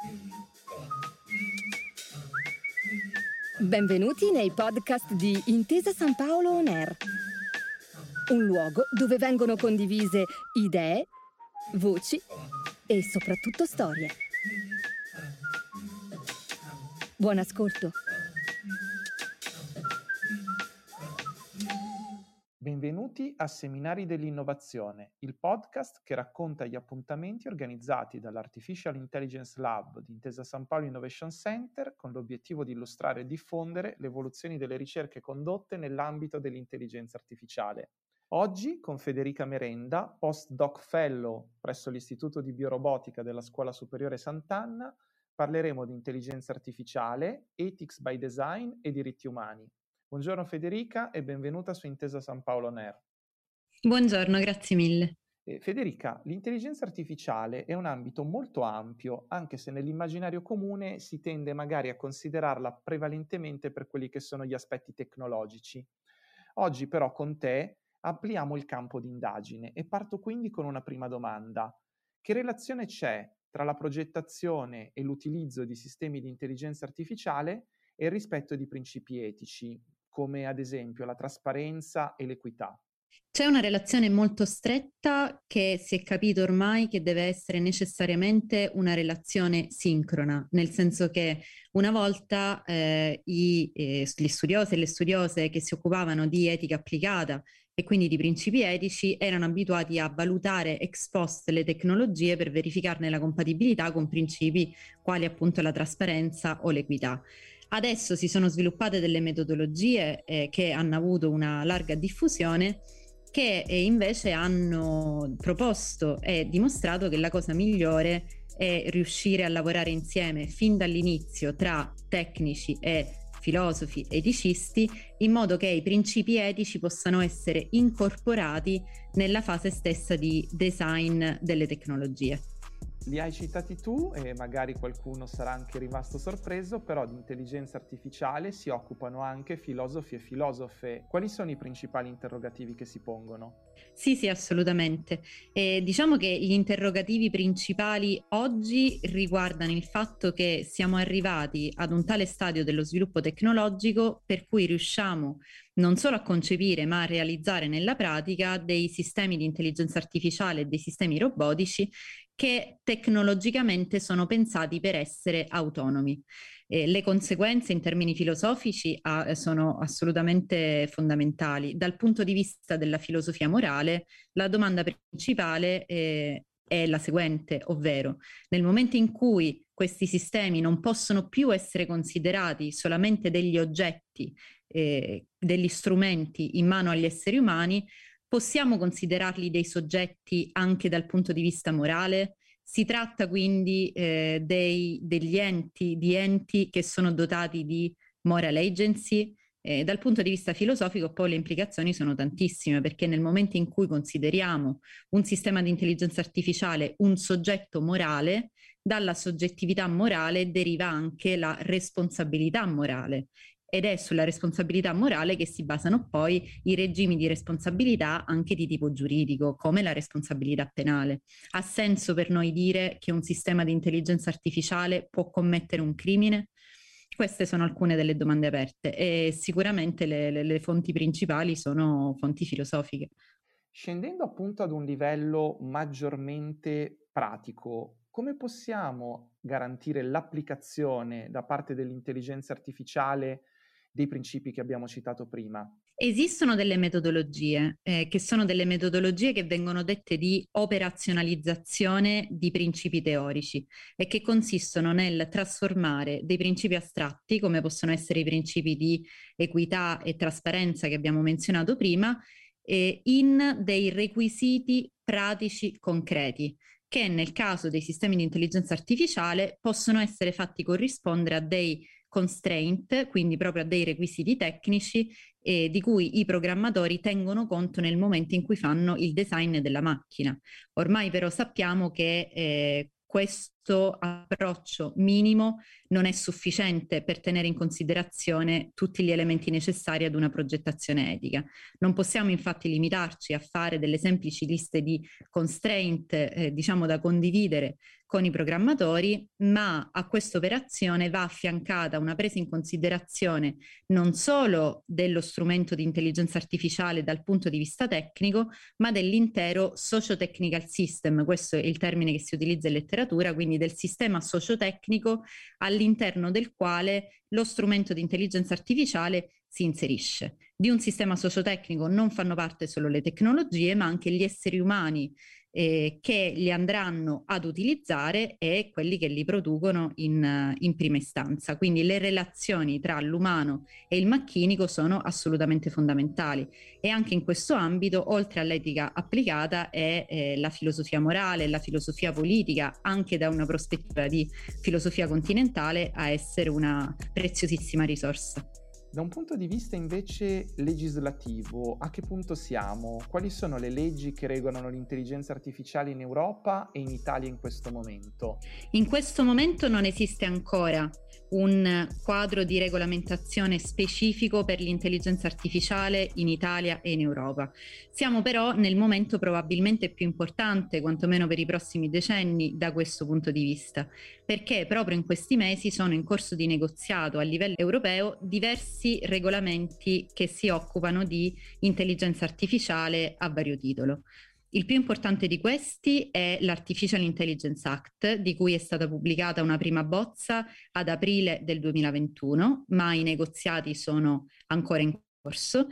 Benvenuti nei podcast di Intesa San Paolo On Air, un luogo dove vengono condivise idee, voci e soprattutto storie. Buon ascolto. Benvenuti a Seminari dell'Innovazione, il podcast che racconta gli appuntamenti organizzati dall'Artificial Intelligence Lab di Intesa San Paolo Innovation Center con l'obiettivo di illustrare e diffondere le evoluzioni delle ricerche condotte nell'ambito dell'intelligenza artificiale. Oggi con Federica Merenda, postdoc fellow presso l'Istituto di Biorobotica della Scuola Superiore Sant'Anna, parleremo di intelligenza artificiale, ethics by design e diritti umani. Buongiorno Federica e benvenuta su Intesa San Paolo On Air. Buongiorno, grazie mille. Federica, l'intelligenza artificiale è un ambito molto ampio, anche se nell'immaginario comune si tende magari a considerarla prevalentemente per quelli che sono gli aspetti tecnologici. Oggi però con te ampliamo il campo di indagine e parto quindi con una prima domanda. Che relazione c'è tra la progettazione e l'utilizzo di sistemi di intelligenza artificiale e il rispetto di principi etici, come ad esempio la trasparenza e l'equità? C'è una relazione molto stretta che si è capito ormai che deve essere necessariamente una relazione sincrona, nel senso che una volta gli studiosi e le studiose che si occupavano di etica applicata e quindi di principi etici erano abituati a valutare ex post le tecnologie per verificarne la compatibilità con principi quali appunto la trasparenza o l'equità. Adesso si sono sviluppate delle metodologie che hanno avuto una larga diffusione, che invece hanno proposto e dimostrato che la cosa migliore è riuscire a lavorare insieme fin dall'inizio tra tecnici e filosofi eticisti, in modo che i principi etici possano essere incorporati nella fase stessa di design delle tecnologie. Li hai citati tu e magari qualcuno sarà anche rimasto sorpreso, però di intelligenza artificiale si occupano anche filosofi e filosofe. Quali sono i principali interrogativi che si pongono? Sì, assolutamente. Diciamo che gli interrogativi principali oggi riguardano il fatto che siamo arrivati ad un tale stadio dello sviluppo tecnologico per cui riusciamo non solo a concepire ma a realizzare nella pratica dei sistemi di intelligenza artificiale e dei sistemi robotici che tecnologicamente sono pensati per essere autonomi. Le conseguenze in termini filosofici sono assolutamente fondamentali. Dal punto di vista della filosofia morale, la domanda principale è la seguente, ovvero nel momento in cui questi sistemi non possono più essere considerati solamente degli oggetti, degli strumenti in mano agli esseri umani, possiamo considerarli dei soggetti anche dal punto di vista morale? Si tratta quindi di enti che sono dotati di moral agency. Dal punto di vista filosofico poi le implicazioni sono tantissime, perché nel momento in cui consideriamo un sistema di intelligenza artificiale un soggetto morale, dalla soggettività morale deriva anche la responsabilità morale. Ed è sulla responsabilità morale che si basano poi i regimi di responsabilità anche di tipo giuridico, come la responsabilità penale. Ha senso per noi dire che un sistema di intelligenza artificiale può commettere un crimine? Queste sono alcune delle domande aperte e sicuramente le fonti principali sono fonti filosofiche. Scendendo appunto ad un livello maggiormente pratico, come possiamo garantire l'applicazione da parte dell'intelligenza artificiale dei principi che abbiamo citato prima? Esistono delle metodologie che sono delle metodologie che vengono dette di operazionalizzazione di principi teorici e che consistono nel trasformare dei principi astratti, come possono essere i principi di equità e trasparenza che abbiamo menzionato prima, in dei requisiti pratici concreti, che nel caso dei sistemi di intelligenza artificiale possono essere fatti corrispondere a dei constraint, quindi proprio a dei requisiti tecnici di cui i programmatori tengono conto nel momento in cui fanno il design della macchina. Ormai però sappiamo che questo approccio minimo non è sufficiente per tenere in considerazione tutti gli elementi necessari ad una progettazione etica. Non possiamo infatti limitarci a fare delle semplici liste di constraint, diciamo da condividere con i programmatori, ma a questa operazione va affiancata una presa in considerazione non solo dello strumento di intelligenza artificiale dal punto di vista tecnico, ma dell'intero socio-technical system, questo è il termine che si utilizza in letteratura, quindi del sistema socio-tecnico all'interno del quale lo strumento di intelligenza artificiale si inserisce. Di un sistema sociotecnico non fanno parte solo le tecnologie, ma anche gli esseri umani che li andranno ad utilizzare e quelli che li producono in prima istanza. Quindi le relazioni tra l'umano e il macchinico sono assolutamente fondamentali, e anche in questo ambito, oltre all'etica applicata, è la filosofia morale, la filosofia politica, anche da una prospettiva di filosofia continentale, a essere una preziosissima risorsa. Da un punto di vista invece legislativo, a che punto siamo? Quali sono le leggi che regolano l'intelligenza artificiale in Europa e in Italia in questo momento? In questo momento non esiste ancora un quadro di regolamentazione specifico per l'intelligenza artificiale in Italia e in Europa. Siamo però nel momento probabilmente più importante, quantomeno per i prossimi decenni, da questo punto di vista, perché proprio in questi mesi sono in corso di negoziato a livello europeo diversi regolamenti che si occupano di intelligenza artificiale a vario titolo. Il più importante di questi è l'Artificial Intelligence Act, di cui è stata pubblicata una prima bozza ad aprile del 2021, ma i negoziati sono ancora in corso.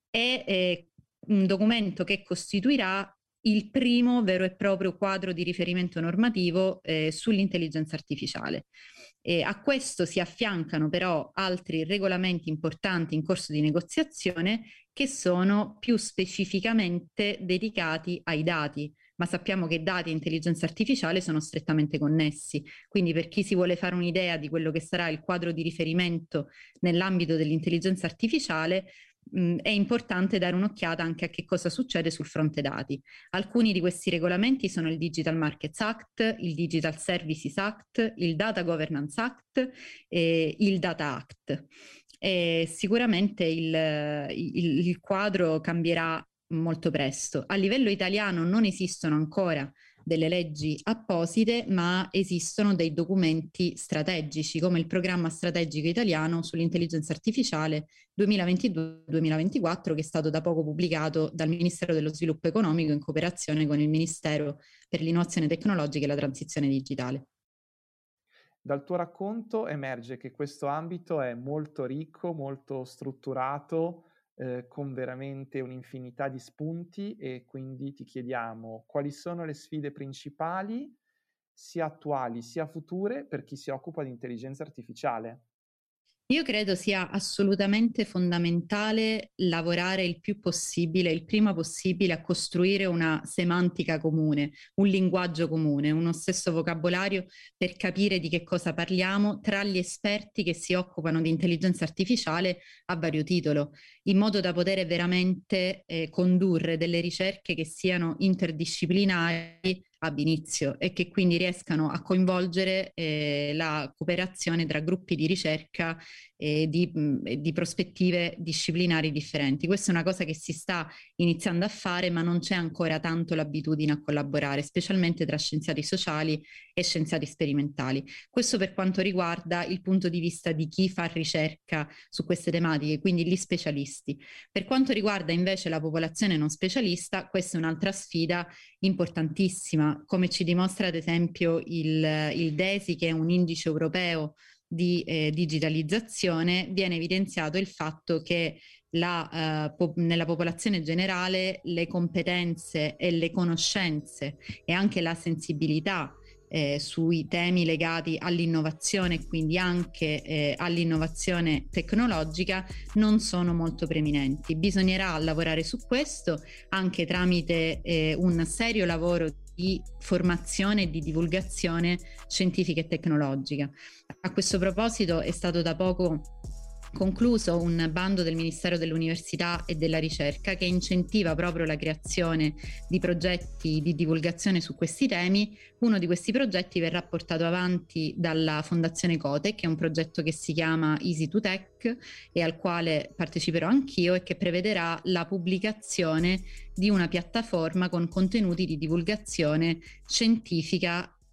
È un documento che costituirà il primo vero e proprio quadro di riferimento normativo sull'intelligenza artificiale. A questo si affiancano però altri regolamenti importanti in corso di negoziazione che sono più specificamente dedicati ai dati, ma sappiamo che dati e intelligenza artificiale sono strettamente connessi, quindi per chi si vuole fare un'idea di quello che sarà il quadro di riferimento nell'ambito dell'intelligenza artificiale, è importante dare un'occhiata anche a che cosa succede sul fronte dati. Alcuni di questi regolamenti sono il Digital Markets Act, il Digital Services Act, il Data Governance Act e il Data Act. E sicuramente il quadro cambierà molto presto. A livello italiano non esistono ancora delle leggi apposite, ma esistono dei documenti strategici, come il Programma Strategico Italiano sull'Intelligenza Artificiale 2022-2024, che è stato da poco pubblicato dal Ministero dello Sviluppo Economico in cooperazione con il Ministero per l'Innovazione Tecnologica e la Transizione Digitale. Dal tuo racconto emerge che questo ambito è molto ricco, molto strutturato, con veramente un'infinità di spunti, e quindi ti chiediamo quali sono le sfide principali, sia attuali sia future, per chi si occupa di intelligenza artificiale. Io credo sia assolutamente fondamentale lavorare il più possibile, il prima possibile, a costruire una semantica comune, un linguaggio comune, uno stesso vocabolario per capire di che cosa parliamo tra gli esperti che si occupano di intelligenza artificiale a vario titolo, in modo da poter veramente condurre delle ricerche che siano interdisciplinari ab inizio e che quindi riescano a coinvolgere la cooperazione tra gruppi di ricerca di prospettive disciplinari differenti. Questa è una cosa che si sta iniziando a fare, ma non c'è ancora tanto l'abitudine a collaborare, specialmente tra scienziati sociali e scienziati sperimentali. Questo per quanto riguarda il punto di vista di chi fa ricerca su queste tematiche, quindi gli specialisti. Per quanto riguarda invece la popolazione non specialista, questa è un'altra sfida importantissima, come ci dimostra ad esempio il DESI, che è un indice europeo di digitalizzazione. Viene evidenziato il fatto che nella popolazione generale le competenze e le conoscenze e anche la sensibilità sui temi legati all'innovazione e quindi anche all'innovazione tecnologica non sono molto preminenti. Bisognerà lavorare su questo anche tramite un serio lavoro di formazione e di divulgazione scientifica e tecnologica. A questo proposito è stato da poco concluso un bando del Ministero dell'Università e della Ricerca che incentiva proprio la creazione di progetti di divulgazione su questi temi. Uno di questi progetti verrà portato avanti dalla Fondazione Cote, che è un progetto che si chiama Easy to Tech e al quale parteciperò anch'io, e che prevederà la pubblicazione di una piattaforma con contenuti di divulgazione scientifica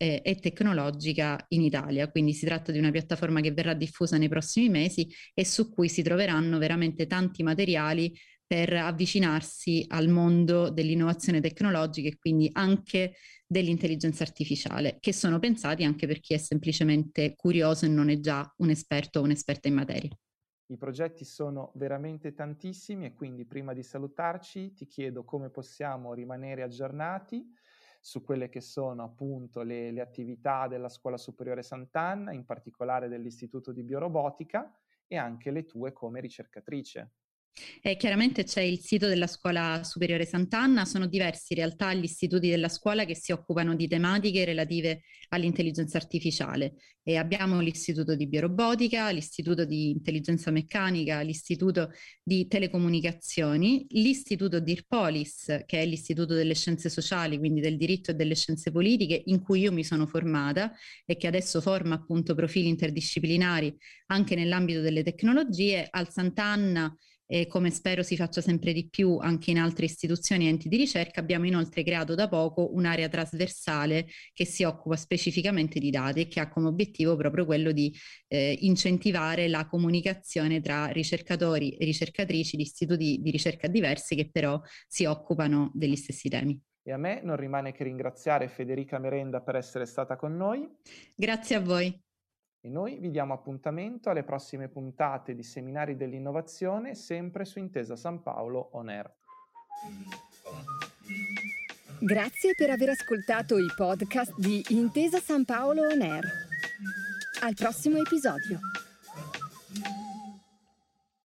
e tecnologica in Italia. Quindi si tratta di una piattaforma che verrà diffusa nei prossimi mesi e su cui si troveranno veramente tanti materiali per avvicinarsi al mondo dell'innovazione tecnologica e quindi anche dell'intelligenza artificiale, che sono pensati anche per chi è semplicemente curioso e non è già un esperto o un'esperta in materia. I progetti sono veramente tantissimi e quindi prima di salutarci ti chiedo come possiamo rimanere aggiornati su quelle che sono appunto le attività della Scuola Superiore Sant'Anna, in particolare dell'Istituto di Biorobotica e anche le tue come ricercatrice. Chiaramente c'è il sito della Scuola Superiore Sant'Anna, sono diversi in realtà gli istituti della scuola che si occupano di tematiche relative all'intelligenza artificiale. E abbiamo l'Istituto di Biorobotica, l'Istituto di Intelligenza Meccanica, l'Istituto di Telecomunicazioni, l'Istituto DIRPOLIS, che è l'Istituto delle Scienze Sociali, quindi del diritto e delle scienze politiche, in cui io mi sono formata e che adesso forma appunto profili interdisciplinari anche nell'ambito delle tecnologie. Al Sant'Anna, e come spero si faccia sempre di più anche in altre istituzioni e enti di ricerca, abbiamo inoltre creato da poco un'area trasversale che si occupa specificamente di dati e che ha come obiettivo proprio quello di incentivare la comunicazione tra ricercatori e ricercatrici di istituti di ricerca diversi che però si occupano degli stessi temi. E a me non rimane che ringraziare Federica Merenda per essere stata con noi. Grazie a voi. E noi vi diamo appuntamento alle prossime puntate di Seminari dell'Innovazione, sempre su Intesa San Paolo On Air. Grazie per aver ascoltato i podcast di Intesa San Paolo On Air. Al prossimo episodio.